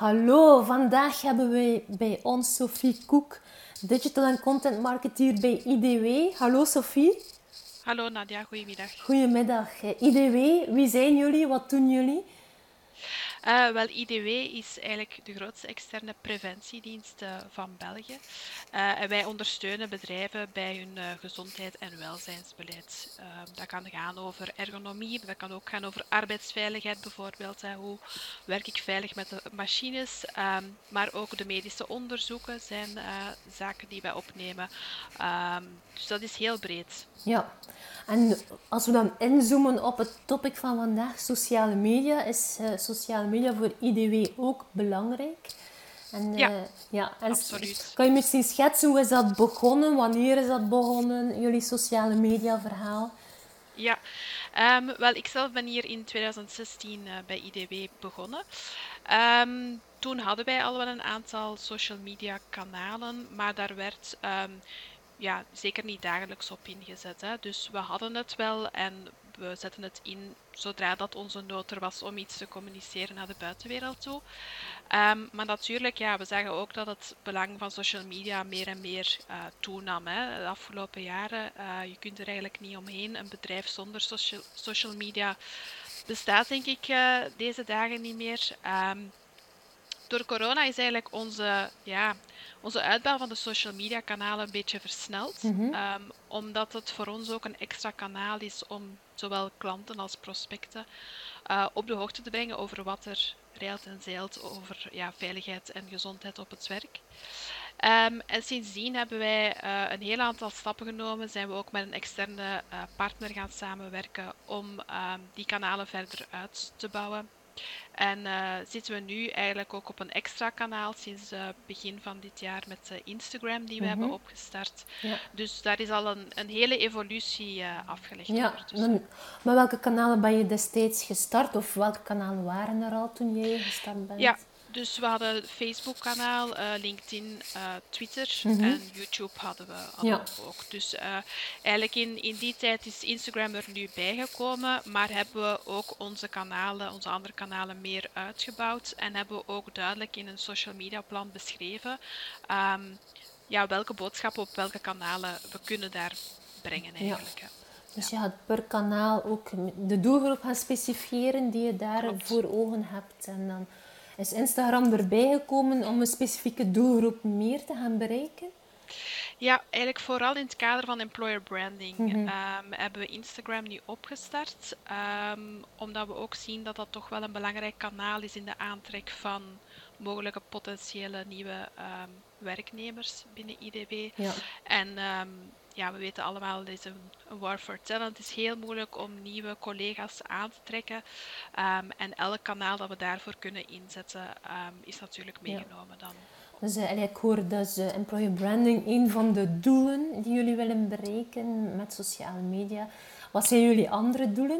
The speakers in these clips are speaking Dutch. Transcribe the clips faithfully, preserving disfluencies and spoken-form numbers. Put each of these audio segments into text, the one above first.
Hallo, vandaag hebben wij bij ons Sophie Koek, Digital en Content Marketeer bij I D W. Hallo Sophie. Hallo Nadia, goedemiddag. Goedemiddag. I D W, wie zijn jullie? Wat doen jullie? Uh, wel, I D W is eigenlijk de grootste externe preventiedienst uh, van België. Uh, en wij ondersteunen bedrijven bij hun uh, gezondheid- en welzijnsbeleid. Uh, dat kan gaan over ergonomie, dat kan ook gaan over arbeidsveiligheid bijvoorbeeld. Hè. Hoe werk ik veilig met de machines? Um, maar ook de medische onderzoeken zijn uh, zaken die wij opnemen. Um, dus dat is heel breed. Ja, en als we dan inzoomen op het topic van vandaag, sociale media, is uh, sociale media voor I D W ook belangrijk? En, uh, Ja, ja, en absoluut. kan je misschien schetsen, hoe is dat begonnen? Wanneer is dat begonnen, jullie sociale media verhaal? Ja, um, wel, ik zelf ben hier in twintig zestien uh, bij I D W begonnen. Um, toen hadden wij al wel een aantal social media kanalen, maar daar werd um, ja, zeker niet dagelijks op ingezet. Hè. Dus we hadden het wel en we zetten het in zodra dat onze nood er was om iets te communiceren naar de buitenwereld toe. Um, maar natuurlijk, ja, we zagen ook dat het belang van social media meer en meer uh, toenam. Hè. De afgelopen jaren, uh, je kunt er eigenlijk niet omheen. Een bedrijf zonder social, social media bestaat denk ik uh, deze dagen niet meer. Um, Door corona is eigenlijk onze, ja, onze uitbouw van de social media kanalen een beetje versneld. Mm-hmm. Um, omdat het voor ons ook een extra kanaal is om zowel klanten als prospecten uh, op de hoogte te brengen over wat er reilt en zeilt over ja, veiligheid en gezondheid op het werk. Um, en sindsdien hebben wij uh, een heel aantal stappen genomen. Zijn we ook met een externe uh, partner gaan samenwerken om um, die kanalen verder uit te bouwen. En uh, zitten we nu eigenlijk ook op een extra kanaal sinds het uh, begin van dit jaar met uh, Instagram die we Mm-hmm. hebben opgestart. Ja. Dus daar is al een, een hele evolutie uh, afgelegd ja, ondertussen. Maar, maar welke kanalen ben je destijds gestart? Of welke kanalen waren er al toen jij gestart bent? Ja, dus we hadden een Facebook-kanaal, uh, LinkedIn, uh, Twitter mm-hmm. en YouTube hadden we, hadden Ja. we ook. Dus uh, eigenlijk in, in die tijd is Instagram er nu bijgekomen, maar hebben we ook onze kanalen, onze andere kanalen meer uitgebouwd en hebben we ook duidelijk in een social media plan beschreven um, ja, welke boodschappen op welke kanalen we kunnen daar brengen eigenlijk. Ja. Dus je gaat per kanaal ook de doelgroep gaan specifieren die je daar Klopt. voor ogen hebt. En dan is Instagram erbij gekomen om een specifieke doelgroep meer te gaan bereiken? Ja, eigenlijk vooral in het kader van employer branding mm-hmm. um, hebben we Instagram nu opgestart. Um, omdat we ook zien dat dat toch wel een belangrijk kanaal is in de aantrek van mogelijke potentiële nieuwe um, werknemers binnen I D W. Ja. En um, ja, we weten allemaal, het is een, een war for talent. Het is heel moeilijk om nieuwe collega's aan te trekken. Um, en elk kanaal dat we daarvoor kunnen inzetten, um, is natuurlijk meegenomen ja. dan. Dus uh, ik hoor dus uh, employer branding een van de doelen die jullie willen bereiken met sociale media. Wat zijn jullie andere doelen?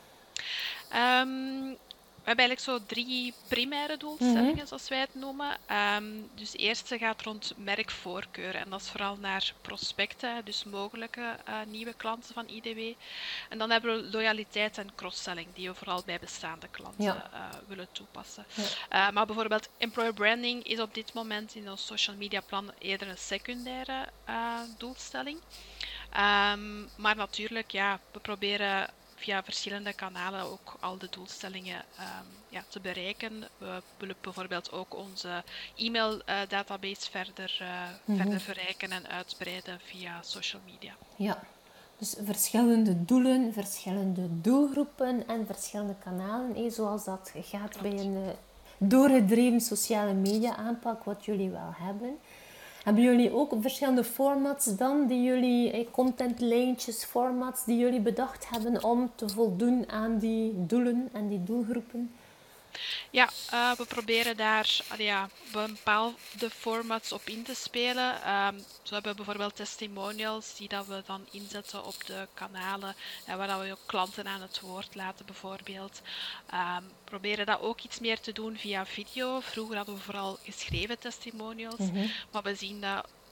Um, we hebben eigenlijk zo drie primaire doelstellingen, mm-hmm. zoals wij het noemen. Um, dus de eerste gaat rond merkvoorkeur. En dat is vooral naar prospecten, dus mogelijke uh, nieuwe klanten van I D W. En dan hebben we loyaliteit en cross-selling, die we vooral bij bestaande klanten ja. uh, willen toepassen. Ja. Uh, maar bijvoorbeeld employer branding is op dit moment in ons social media plan eerder een secundaire uh, doelstelling. Um, maar natuurlijk, ja, we proberen via verschillende kanalen ook al de doelstellingen um, ja, te bereiken. We willen bijvoorbeeld ook onze e-mail-database uh, verder, uh, mm-hmm. verder verrijken en uitbreiden via social media. Ja, dus verschillende doelen, verschillende doelgroepen en verschillende kanalen, eh, zoals dat gaat Klopt. Bij een uh, doorgedreven sociale media aanpak, wat jullie wel hebben. Hebben jullie ook verschillende formats dan, die jullie, eh, contentlijntjes, formats die jullie bedacht hebben om te voldoen aan die doelen en die doelgroepen? Ja, uh, we proberen daar uh, ja, bepaalde formats op in te spelen. Um, zo hebben we bijvoorbeeld testimonials die dat we dan inzetten op de kanalen, uh, waar dat we ook klanten aan het woord laten bijvoorbeeld. Um, we proberen dat ook iets meer te doen via video. Vroeger hadden we vooral geschreven testimonials, mm-hmm. maar we zien dat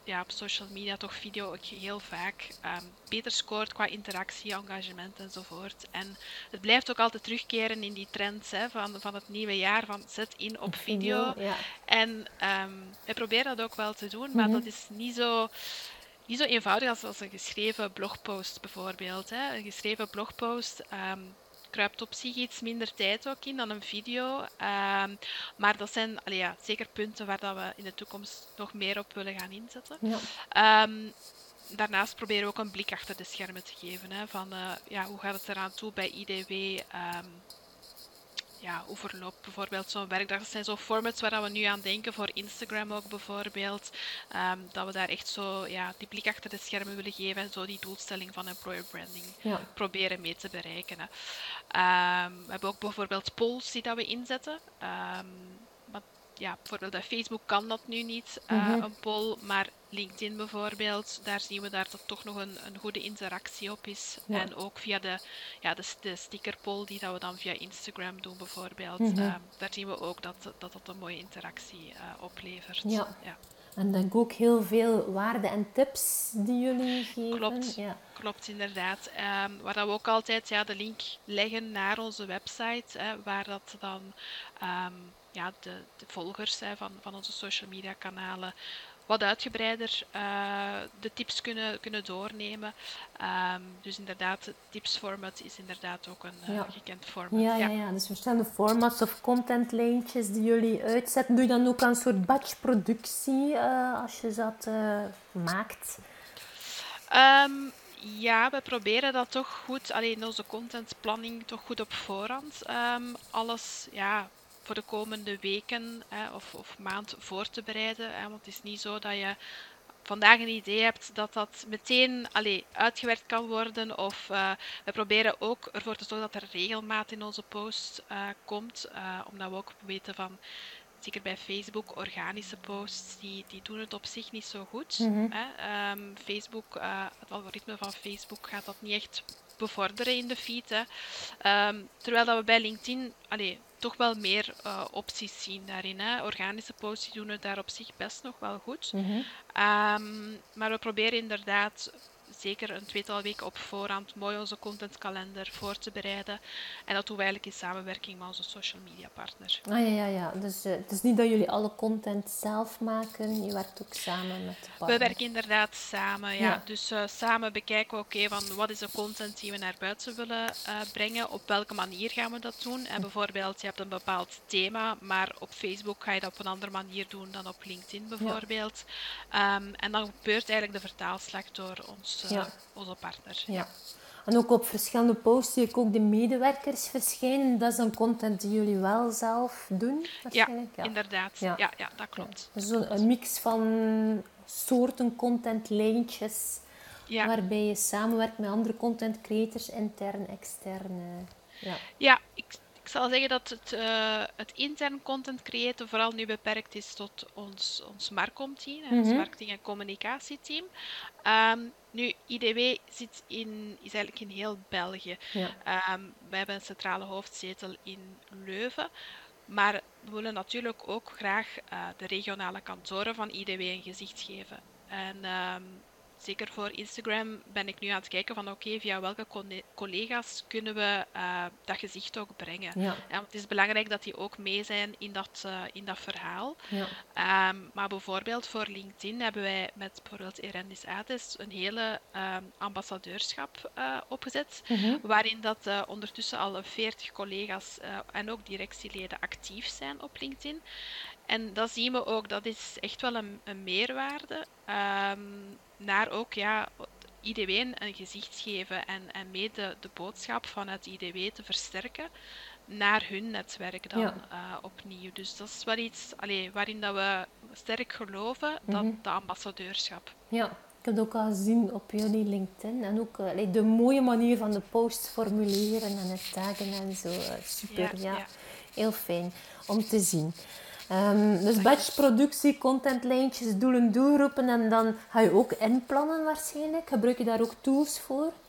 ja, op social media toch video ook heel vaak um, beter scoort qua interactie, engagement enzovoort. En het blijft ook altijd terugkeren in die trends hè, van, van het nieuwe jaar, van zet in op video. Video, ja. En um, wij proberen dat ook wel te doen, maar Mhm. dat is niet zo, niet zo eenvoudig als, als een geschreven blogpost bijvoorbeeld. Hè. Een geschreven blogpost um, kruipt op zich iets minder tijd ook in dan een video. Um, maar dat zijn allee, ja, zeker punten waar dat we in de toekomst nog meer op willen gaan inzetten. Ja. Um, daarnaast proberen we ook een blik achter de schermen te geven. Hè, van uh, ja, hoe gaat het eraan toe bij I D W? Um, ja, hoe verloopt bijvoorbeeld zo'n werkdag? Dat zijn zo formats waar we nu aan denken, voor Instagram ook bijvoorbeeld. Um, dat we daar echt zo ja, die blik achter de schermen willen geven en zo die doelstelling van employer branding Ja. proberen mee te bereiken. Hè. Um, we hebben ook bijvoorbeeld polls die dat we inzetten. Um, maar ja, bijvoorbeeld bij Facebook kan dat nu niet, uh, Mhm. een poll, maar LinkedIn bijvoorbeeld, daar zien we daar dat toch nog een, een goede interactie op is. Ja. En ook via de, ja, de, de stickerpoll die dat we dan via Instagram doen bijvoorbeeld, Mhm. uh, daar zien we ook dat dat, dat een mooie interactie uh, oplevert. Ja. Ja. En denk ook heel veel waarde en tips die jullie geven. Klopt, Ja. klopt inderdaad. Um, waar dat we ook altijd ja, de link leggen naar onze website, hè, waar dat dan um, ja, de, de volgers hè, van, van onze social media kanalen wat uitgebreider uh, de tips kunnen, kunnen doornemen. Um, dus inderdaad, het tipsformat is inderdaad ook een uh, Ja. gekend format. Ja, ja, Ja. ja. Dus verschillende formats of contentlijntjes die jullie uitzetten. Doe je dan ook aan een soort batchproductie uh, als je dat uh, maakt? Um, ja, we proberen dat toch goed, alleen in onze contentplanning, toch goed op voorhand um, alles ja, voor de komende weken hè, of, of maand voor te bereiden. Hè, want het is niet zo dat je vandaag een idee hebt dat dat meteen allee, uitgewerkt kan worden. Of uh, we proberen ook ervoor te zorgen dat er regelmaat in onze post uh, komt. Uh, omdat we ook weten van, zeker bij Facebook, organische posts, die, die doen het op zich niet zo goed. Mm-hmm. Hè. Um, Facebook, uh, het algoritme van Facebook gaat dat niet echt bevorderen in de feed. Hè. Um, terwijl dat we bij LinkedIn allee, toch wel meer uh, opties zien daarin. Hè. Organische posts die doen het daar op zich best nog wel goed. Mm-hmm. Um, maar we proberen inderdaad zeker een tweetal weken op voorhand mooi onze contentkalender voor te bereiden. En dat doen we eigenlijk in samenwerking met onze social media partner. Ah ja, ja, ja. Dus uh, het is niet dat jullie alle content zelf maken, je werkt ook samen met de partner. We werken inderdaad samen, ja. Ja. Dus uh, samen bekijken we, oké, okay, van wat is de content die we naar buiten willen uh, brengen, op welke manier gaan we dat doen. En bijvoorbeeld, je hebt een bepaald thema, maar op Facebook ga je dat op een andere manier doen dan op LinkedIn bijvoorbeeld. Ja. Um, en dan gebeurt eigenlijk de vertaalslag door ons, uh, ja. onze partner. Ja. Ja. En ook op verschillende posts zie ik ook de medewerkers verschijnen. Dat is dan content die jullie wel zelf doen? Ja, ja, inderdaad. Ja. Ja, ja, dat klopt. Ja. Dus een mix van soorten contentlijntjes, ja. waarbij je samenwerkt met andere content creators, intern, extern. Ja, ja ik, ik zal zeggen dat het, uh, het intern content creëren vooral nu beperkt is tot ons, ons Marcom-team, mm-hmm. ons marketing- en communicatieteam. Um, Nu, I D W zit in, is eigenlijk in heel België. Ja. Um, we hebben een centrale hoofdzetel in Leuven. Maar we willen natuurlijk ook graag uh, de regionale kantoren van I D W een gezicht geven. En um, zeker voor Instagram ben ik nu aan het kijken van oké, okay, via welke collega's kunnen we uh, dat gezicht ook brengen. Ja. Ja, want het is belangrijk dat die ook mee zijn in dat, uh, in dat verhaal. Ja. Um, maar bijvoorbeeld voor LinkedIn hebben wij met bijvoorbeeld Erendis Ates een hele um, ambassadeurschap uh, opgezet. Mm-hmm. Waarin dat uh, ondertussen al veertig collega's uh, en ook directieleden actief zijn op LinkedIn. En dat zien we ook, dat is echt wel een, een meerwaarde. Um, naar ook ja, I D W een gezicht geven en, en mee de, de boodschap vanuit I D W te versterken naar hun netwerk dan ja. uh, opnieuw. Dus dat is wel iets allee, waarin dat we sterk geloven, dat mm-hmm. de ambassadeurschap. Ja, ik heb het ook al gezien op jullie LinkedIn en ook uh, de mooie manier van de posts formuleren en het taggen en zo. Uh, super, ja, ja. ja. Heel fijn om te zien. Um, dus batchproductie, contentlijntjes, doelen, doelgroepen en dan ga je ook inplannen waarschijnlijk. Gebruik je daar ook tools voor?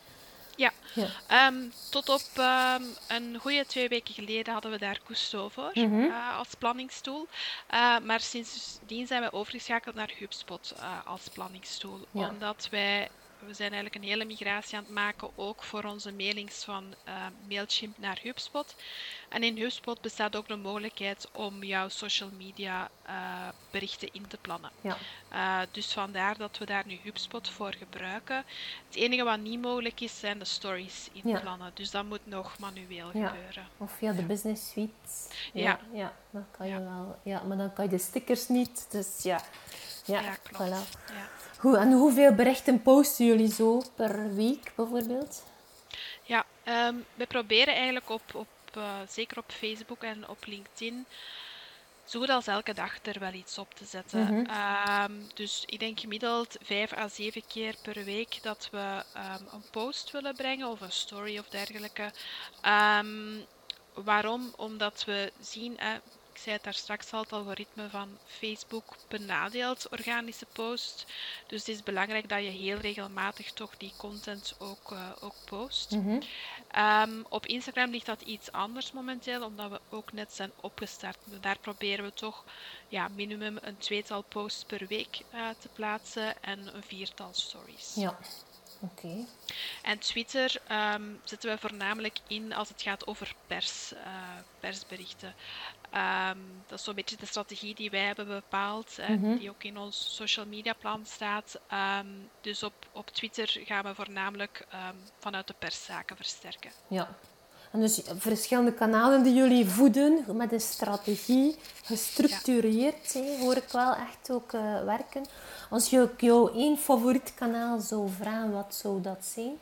Ja, Ja. um, tot op um, een goede twee weken geleden hadden we daar Cousteau voor Mhm. uh, als planningstool. Uh, maar sindsdien zijn we overgeschakeld naar HubSpot uh, als planningstool. Ja. Omdat wij, we zijn eigenlijk een hele migratie aan het maken, ook voor onze mailings van uh, Mailchimp naar HubSpot. En in HubSpot bestaat ook de mogelijkheid om jouw social media uh, berichten in te plannen. Ja. Uh, dus vandaar dat we daar nu HubSpot voor gebruiken. Het enige wat niet mogelijk is, zijn de stories inplannen. Ja. Dus dat moet nog manueel ja. gebeuren. Of via de ja. business suite. Ja, ja. ja, dat kan je ja. wel. Ja, maar dan kan je de stickers niet. Dus ja. Ja, ja klopt. Voilà. Ja. Goed, en hoeveel berichten posten jullie zo per week bijvoorbeeld? Ja, um, we proberen eigenlijk op, op uh, zeker op Facebook en op LinkedIn, zo goed als elke dag er wel iets op te zetten. Mm-hmm. Um, dus ik denk gemiddeld vijf à zeven keer per week dat we um, een post willen brengen of een story of dergelijke. Um, waarom? Omdat we zien, eh, ik zei het daar straks al, het algoritme van Facebook benadeelt organische posts. Dus het is belangrijk dat je heel regelmatig toch die content ook, uh, ook post. Mm-hmm. Um, op Instagram ligt dat iets anders momenteel, omdat we ook net zijn opgestart. Daar proberen we toch ja, minimum een tweetal posts per week uh, te plaatsen en een viertal stories. Ja, oké. Okay. En Twitter um, zetten we voornamelijk in als het gaat over pers, uh, persberichten. Um, dat is zo'n beetje de strategie die wij hebben bepaald, hè, mm-hmm. die ook in ons social media plan staat. Um, dus op, op Twitter gaan we voornamelijk um, vanuit de perszaken versterken. Ja, en dus verschillende kanalen die jullie voeden met een strategie, gestructureerd, ja. hè, hoor ik wel echt ook uh, werken. Als je ook jouw één favoriet kanaal zou vragen, wat zou dat zijn?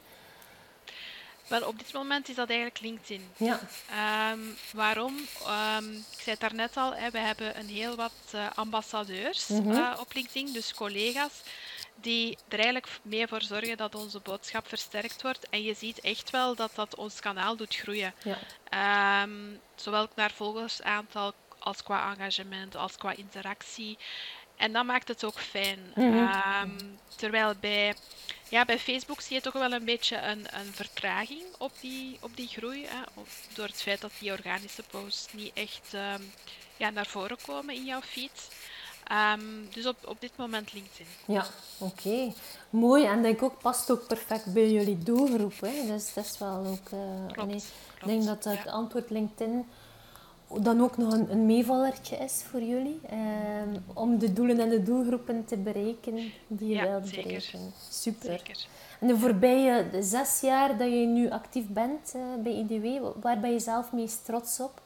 Wel, op dit moment is dat eigenlijk LinkedIn. Ja. Um, waarom? Um, ik zei het daarnet al, hè, we hebben een heel wat uh, ambassadeurs mm-hmm. uh, op LinkedIn, dus collega's, die er eigenlijk mee voor zorgen dat onze boodschap versterkt wordt. En je ziet echt wel dat dat ons kanaal doet groeien. Ja. Um, zowel naar volgersaantal als qua engagement, als qua interactie. En dat maakt het ook fijn. Mm-hmm. Um, terwijl bij, ja, bij Facebook zie je toch wel een beetje een, een vertraging op die, op die groei. Hè, door het feit dat die organische posts niet echt um, ja, naar voren komen in jouw feed. Um, dus op, op dit moment LinkedIn. Ja, oké. Okay. Mooi. En denk ook, past ook perfect bij jullie doelgroep. Hè? Dus dat is wel ook... Uh, klopt, nee, klopt. Ik denk dat het ja. antwoord LinkedIn dan ook nog een, een meevallertje is voor jullie. Um, om de doelen en de doelgroepen te bereiken die je ja, wilt zeker. bereiken. Super. Zeker. En de voorbije de zes jaar dat je nu actief bent uh, bij I D W, waar ben je zelf meest trots op?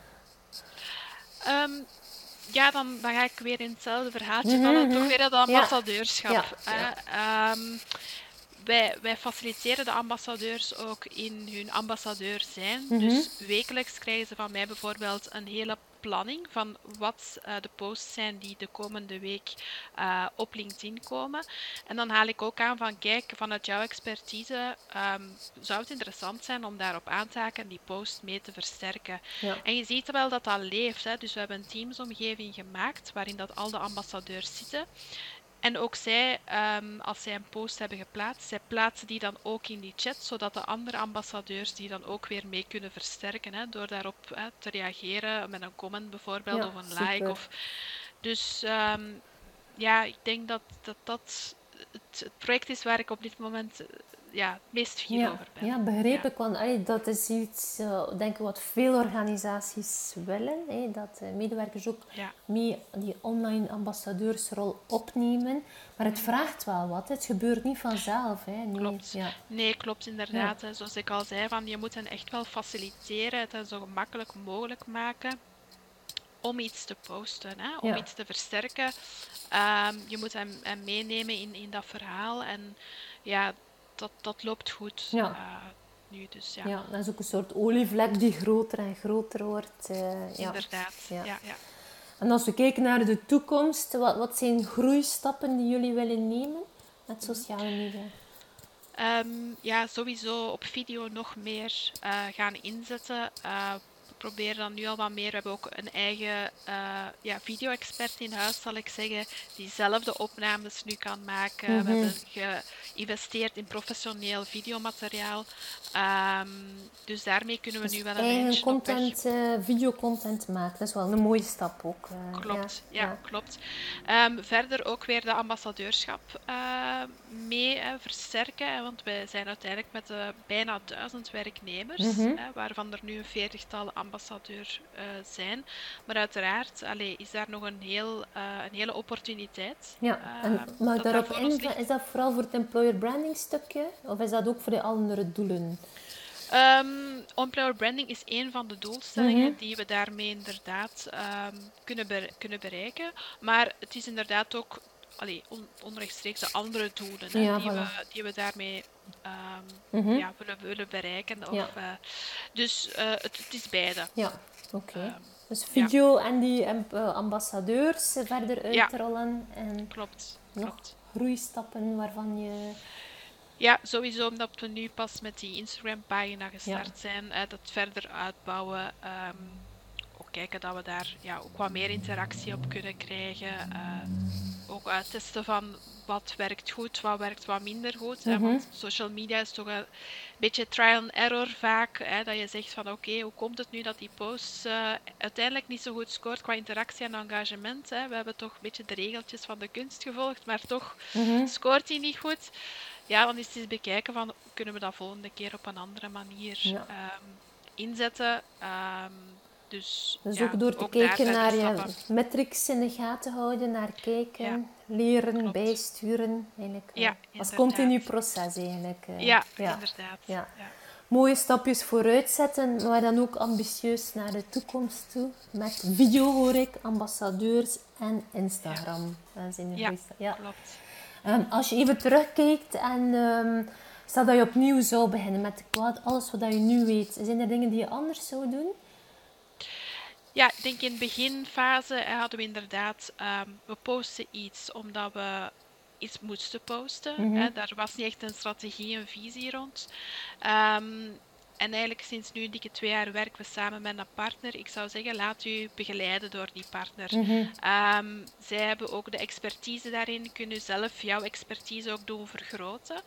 Um, Ja, dan, dan ga ik weer in hetzelfde verhaaltje vallen. Mm-hmm. Toch weer het ambassadeurschap. Ja. Ja. Ja. Um, wij, wij faciliteren de ambassadeurs ook in hun ambassadeur zijn. Mm-hmm. Dus wekelijks krijgen ze van mij bijvoorbeeld een hele planning van wat uh, de posts zijn die de komende week uh, op LinkedIn komen. En dan haal ik ook aan van, kijk, vanuit jouw expertise um, zou het interessant zijn om daarop aan te haken en die post mee te versterken. Ja. En je ziet wel dat dat leeft. Hè? Dus we hebben een teamsomgeving gemaakt waarin dat al de ambassadeurs zitten. En ook zij, um, als zij een post hebben geplaatst, zij plaatsen die dan ook in die chat, zodat de andere ambassadeurs die dan ook weer mee kunnen versterken, hè, door daarop hè, te reageren met een comment bijvoorbeeld, ja, of een like. super. Of... Dus um, ja, ik denk dat dat, dat het, het project is waar ik op dit moment ja, het meest fier ja, over ben. Ja, begreep ja. ik. Want allee, dat is iets, uh, denk ik, wat veel organisaties willen. Hè, dat uh, medewerkers ook ja. mee die online ambassadeursrol opnemen. Maar het vraagt wel wat. Het gebeurt niet vanzelf. Hè. Nee, klopt. Ja. Nee, klopt inderdaad. Ja. Zoals ik al zei, van, je moet hen echt wel faciliteren. Het hen zo gemakkelijk mogelijk maken om iets te posten, hè, om ja. iets te versterken. Um, je moet hem, hem meenemen in, in dat verhaal. En ja, dat, dat loopt goed ja. uh, nu. Dus, ja. ja, dat is ook een soort olievlek die groter en groter wordt. Uh, ja. Inderdaad, ja. Ja, ja. En als we kijken naar de toekomst, wat, wat zijn groeistappen die jullie willen nemen met sociale media? Um, ja, sowieso op video nog meer uh, gaan inzetten. Uh, probeer dan nu al wat meer. We hebben ook een eigen uh, ja, video-expert in huis, zal ik zeggen, die zelf de opnames nu kan maken. Mm-hmm. We hebben geïnvesteerd in professioneel videomateriaal. Um, dus daarmee kunnen we dus nu wel een eigen content, uh, videocontent maken. Dat is wel een mooie stap ook. Uh, klopt, ja, ja, ja. klopt. Um, verder ook weer de ambassadeurschap uh, mee uh, versterken. Hè, want wij zijn uiteindelijk met uh, bijna duizend werknemers, mm-hmm. hè, waarvan er nu een veertigtal ambassadeur uh, zijn. Maar uiteraard allee, is daar nog een, heel, uh, een hele opportuniteit. Ja, en uh, mag daarop in, is dat vooral voor het employer branding stukje? Of is dat ook voor de andere doelen? Um, employer branding is een van de doelstellingen mm-hmm. die we daarmee inderdaad um, kunnen, be- kunnen bereiken. Maar het is inderdaad ook allee, on- onrechtstreeks de andere doelen hè, ja, die, voilà. we, die we daarmee um, mm-hmm. ja, willen, willen bereiken. Of, ja. uh, dus uh, het, het is beide. Ja, oké. Okay. Um, dus video ja. en die uh, ambassadeurs verder uitrollen. Ja. En klopt, nog klopt. groeistappen waarvan je... Ja, sowieso omdat we nu pas met die Instagram-pagina gestart ja. zijn. Uh, dat verder uitbouwen. Um, ook kijken dat we daar ja, ook wat meer interactie op kunnen krijgen. Uh, ook uittesten van wat werkt goed, wat werkt wat minder goed. Mm-hmm. Hè, want social media is toch een beetje trial and error vaak. Hè, dat je zegt van oké, okay, hoe komt het nu dat die post uh, uiteindelijk niet zo goed scoort qua interactie en engagement. Hè? We hebben toch een beetje de regeltjes van de kunst gevolgd, maar toch mm-hmm. scoort die niet goed. Ja, dan is het eens bekijken van, kunnen we dat volgende keer op een andere manier ja. um, inzetten. Um, dus dus ja, ook door te ook kijken naar je metrics in de gaten houden, naar kijken, ja. leren, klopt. Bijsturen. Eigenlijk, ja, uh, als continu proces eigenlijk. Uh, ja, ja, inderdaad. Ja. Ja. Mooie stapjes vooruit zetten, maar dan ook ambitieus naar de toekomst toe. Met video hoor ik, ambassadeurs en Instagram. Ja, dat is in de ja, ja. klopt. Um, als je even terugkijkt en um, stel dat je opnieuw zou beginnen met alles wat je nu weet, zijn er dingen die je anders zou doen? Ja, ik denk in de beginfase eh, hadden we inderdaad, um, we posten iets omdat we iets moesten posten. Mm-hmm. Hè. Daar was niet echt een strategie, een visie rond. Um, En eigenlijk sinds nu een dikke twee jaar werken we samen met een partner. Ik zou zeggen, laat u begeleiden door die partner. Mm-hmm. Um, zij hebben ook de expertise daarin. Kunnen zelf jouw expertise ook doen vergroten.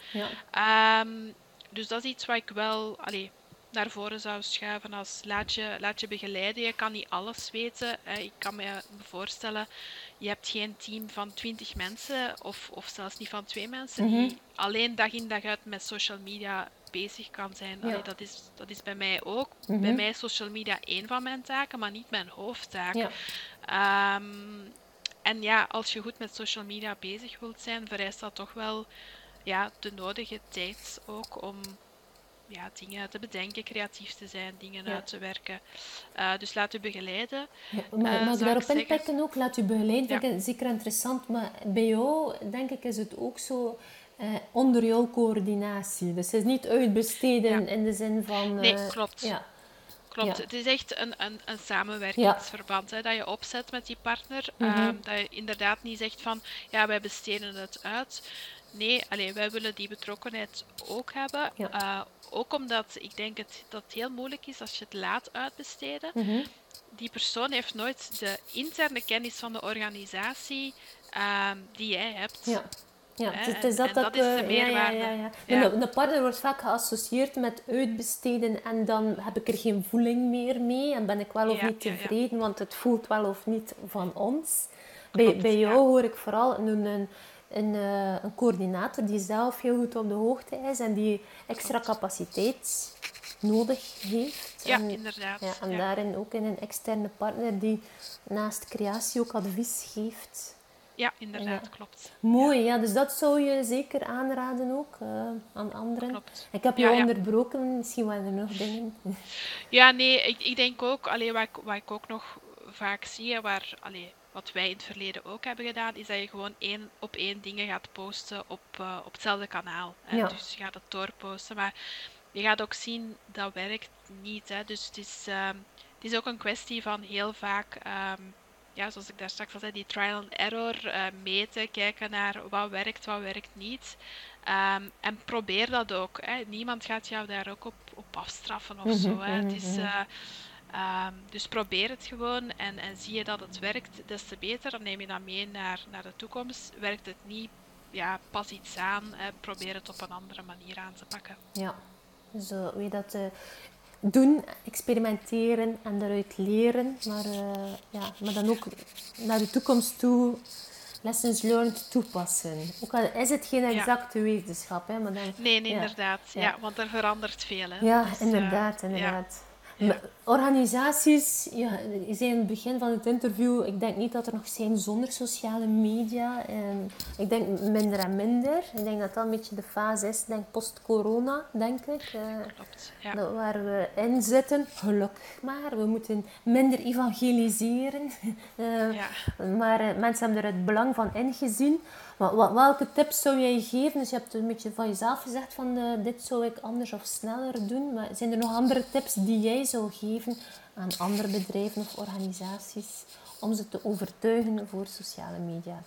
Ja. Um, dus dat is iets wat ik wel allee, naar voren zou schuiven als laat je, laat je begeleiden. Je kan niet alles weten. Uh, ik kan me voorstellen, je hebt geen team van twintig mensen of, of zelfs niet van twee mensen mm-hmm. die alleen dag in dag uit met social media bezig kan zijn. Ja. Allee, dat, is, dat is bij mij ook. Mm-hmm. Bij mij is social media één van mijn taken, maar niet mijn hoofdtaak. Ja. Um, en ja, als je goed met social media bezig wilt zijn, vereist dat toch wel ja, de nodige tijd ook om ja, dingen te bedenken, creatief te zijn, dingen ja. uit te werken. Uh, dus laat u begeleiden. Ja, maar uh, mag ik daarop inpikken ook? Laat u begeleiden, ja. zeker interessant. Maar bij jou, denk ik, is het ook zo... Uh, onder jouw coördinatie. Dus het is niet uitbesteden ja. in de zin van... Uh, nee, klopt. Ja. Klopt. Ja. Het is echt een, een, een samenwerkingsverband ja. hè, dat je opzet met die partner. Mm-hmm. Um, dat je inderdaad niet zegt van, ja, wij besteden het uit. Nee, allee, wij willen die betrokkenheid ook hebben. Ja. Uh, ook omdat ik denk het, dat het heel moeilijk is als je het laat uitbesteden. Mm-hmm. Die persoon heeft nooit de interne kennis van de organisatie um, die jij hebt. Ja. Ja, het, het is dat, en dat, dat is de meerwaarde. Ja, ja, ja, ja. Ja. Een partner wordt vaak geassocieerd met uitbesteden en dan heb ik er geen voeling meer mee en ben ik wel of ja, niet tevreden, ja, ja. want het voelt wel of niet van ons. Bij, bij jou ja. hoor ik vooral een, een, een, een coördinator die zelf heel goed op de hoogte is en die extra Klopt. capaciteit nodig heeft. Ja, en, inderdaad. Ja, en ja. daarin ook in een externe partner die naast creatie ook advies geeft. Ja, inderdaad, ja. klopt. Mooi, ja. ja, dus dat zou je zeker aanraden ook uh, aan anderen. Klopt. Ik heb je ja, onderbroken, ja. misschien waren er nog dingen. Ja, nee, ik, ik denk ook, allee, wat, ik, wat ik ook nog vaak zie, waar, allee, wat wij in het verleden ook hebben gedaan, is dat je gewoon één op één dingen gaat posten op, uh, op hetzelfde kanaal. Hè. Ja. Dus je gaat het doorposten, maar je gaat ook zien, dat werkt niet. Hè. Dus het is, uh, het is ook een kwestie van heel vaak... Um, Ja, zoals ik daar straks al zei, die trial and error, uh, meten, kijken naar wat werkt, wat werkt niet. Um, en probeer dat ook. Hè. Niemand gaat jou daar ook op, op afstraffen of mm-hmm, zo. Hè. Mm-hmm. Het is, uh, Um, dus probeer het gewoon en, en zie je dat het werkt, des te beter. Dan neem je dat mee naar, naar de toekomst. Werkt het niet, ja, pas iets aan. Eh, probeer het op een andere manier aan te pakken. Ja, zo weet dat uh, doen, experimenteren en daaruit leren. Maar, uh, ja, maar dan ook naar de toekomst toe lessons learned toepassen. Ook al is het geen exacte ja. wetenschap. Hè, maar dan, nee, nee ja. inderdaad. Ja. Ja, want er verandert veel. Hè. Ja, dus, inderdaad. Uh, inderdaad. Ja. Ja. Organisaties, ja, je zei in het begin van het interview, ik denk niet dat er nog zijn zonder sociale media. En ik denk minder en minder. Ik denk dat dat een beetje de fase is, denk post-corona, denk ik. Uh, Klopt, ja. dat waar we in zitten, gelukkig maar. We moeten minder evangeliseren. uh, ja. Maar uh, mensen hebben er het belang van ingezien. Maar welke tips zou jij geven? Dus je hebt een beetje van jezelf gezegd van uh, dit zou ik anders of sneller doen. Maar zijn er nog andere tips die jij zou geven aan andere bedrijven of organisaties om ze te overtuigen voor sociale media?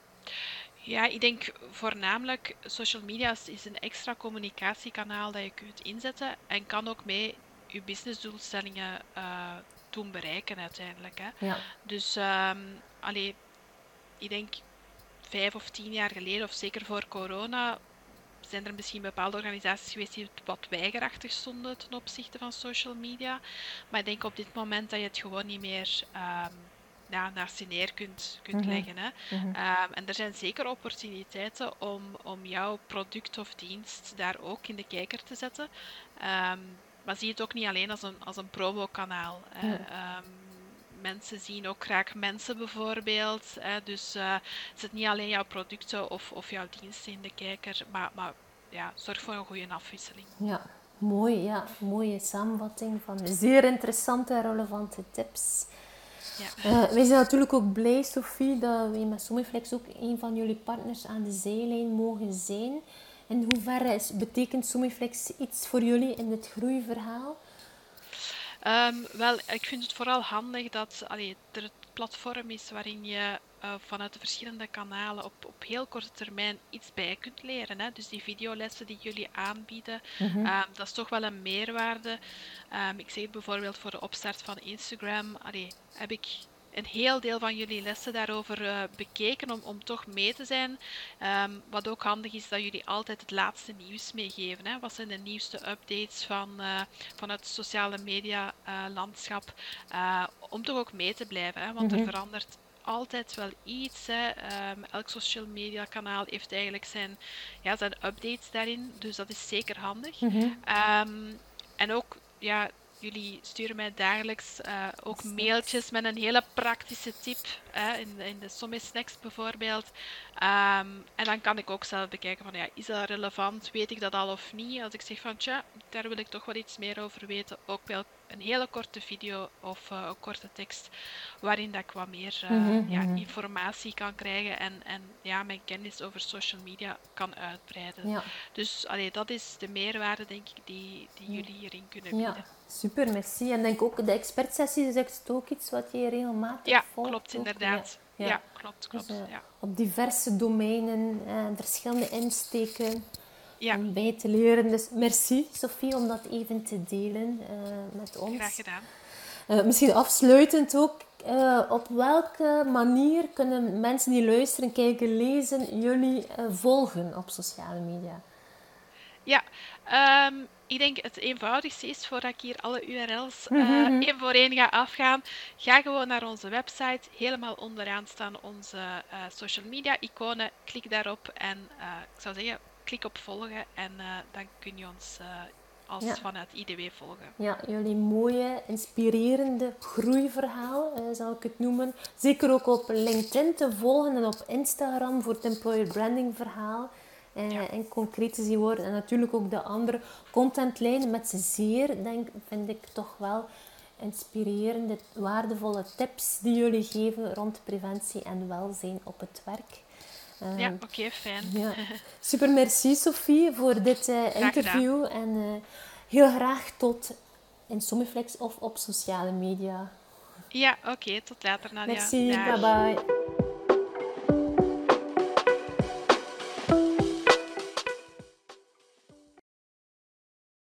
Ja, ik denk voornamelijk social media is een extra communicatiekanaal dat je kunt inzetten en kan ook mee je businessdoelstellingen uh, doen bereiken uiteindelijk. Hè. Ja. Dus um, allee, ik denk vijf of tien jaar geleden, of zeker voor corona, zijn er misschien bepaalde organisaties geweest die wat weigerachtig stonden ten opzichte van social media. Maar ik denk op dit moment dat je het gewoon niet meer um, ja, naar je neer kunt, kunt mm-hmm. leggen. Hè. Mm-hmm. Um, en er zijn zeker opportuniteiten om, om jouw product of dienst daar ook in de kijker te zetten. Um, maar zie het ook niet alleen als een, als een promokanaal. Hè. Mm. Um, Mensen zien ook graag mensen bijvoorbeeld. Hè. Dus uh, zet niet alleen jouw producten of, of jouw diensten in de kijker, maar, maar ja, zorg voor een goede afwisseling. Ja, mooi. Ja, mooie samenvatting van zeer interessante en relevante tips. Ja. Uh, wij zijn natuurlijk ook blij, Sophie, dat wij met Somiflex ook een van jullie partners aan de zijlijn mogen zijn. In hoeverre is, betekent Somiflex iets voor jullie in dit groeiverhaal? Um, wel, ik vind het vooral handig dat allee, er het platform is waarin je uh, vanuit de verschillende kanalen op, op heel korte termijn iets bij kunt leren. Hè. Dus die videolessen die jullie aanbieden, mm-hmm. um, dat is toch wel een meerwaarde. Um, ik zeg bijvoorbeeld voor de opstart van Instagram, allee, heb ik een heel deel van jullie lessen daarover uh, bekeken om, om toch mee te zijn. Um, wat ook handig is dat jullie altijd het laatste nieuws meegeven. Hè. Wat zijn de nieuwste updates van, uh, van het sociale media uh, landschap. Uh, om toch ook mee te blijven. Hè, want mm-hmm. er verandert altijd wel iets. Hè. Um, elk social media kanaal heeft eigenlijk zijn, ja, zijn updates daarin. Dus dat is zeker handig. Mm-hmm. Um, en ook, ja... Jullie sturen mij dagelijks uh, ook mailtjes met een hele praktische tip. Hè, in de, in de Somme Snacks bijvoorbeeld. Um, en dan kan ik ook zelf bekijken van, ja, is dat relevant? Weet ik dat al of niet? Als ik zeg van, tja, daar wil ik toch wel iets meer over weten. Ook wel een hele korte video of uh, een korte tekst. Waarin dat ik wat meer uh, mm-hmm. ja, informatie kan krijgen. En, en ja, mijn kennis over social media kan uitbreiden. Ja. Dus allee, dat is de meerwaarde, denk ik, die, die jullie hierin kunnen bieden. Ja. Super, merci. En denk ook, de expertsessies is ook iets wat je regelmatig ja, volgt. Klopt, inderdaad. Ja, ja. ja klopt, klopt. Dus, uh, ja. Op diverse domeinen, uh, verschillende insteken ja. om bij te leren. Dus merci, Sophie, om dat even te delen uh, met ons. Graag gedaan. Uh, misschien afsluitend ook, uh, op welke manier kunnen mensen die luisteren, kijken, lezen, jullie uh, volgen op sociale media? Ja, um, ik denk het eenvoudigste is, voordat ik hier alle U R L's uh, mm-hmm. één voor één ga afgaan, ga gewoon naar onze website. Helemaal onderaan staan onze uh, social media iconen. Klik daarop en uh, ik zou zeggen, klik op volgen en uh, dan kun je ons uh, als ja. vanuit I D W volgen. Ja, jullie mooie, inspirerende groeiverhaal, uh, zal ik het noemen. Zeker ook op LinkedIn te volgen en op Instagram voor het employer branding verhaal. Uh, ja. En concreet te zien worden. En natuurlijk ook de andere contentlijnen met ze zeer, denk, vind ik toch wel inspirerende, waardevolle tips die jullie geven rond preventie en welzijn op het werk. Uh, ja, oké, okay, fijn. Ja. Super, merci Sophie voor dit uh, interview. En uh, heel graag tot in Somiflex of op sociale media. Ja, oké, okay, tot later Nadia. Merci, bye bye.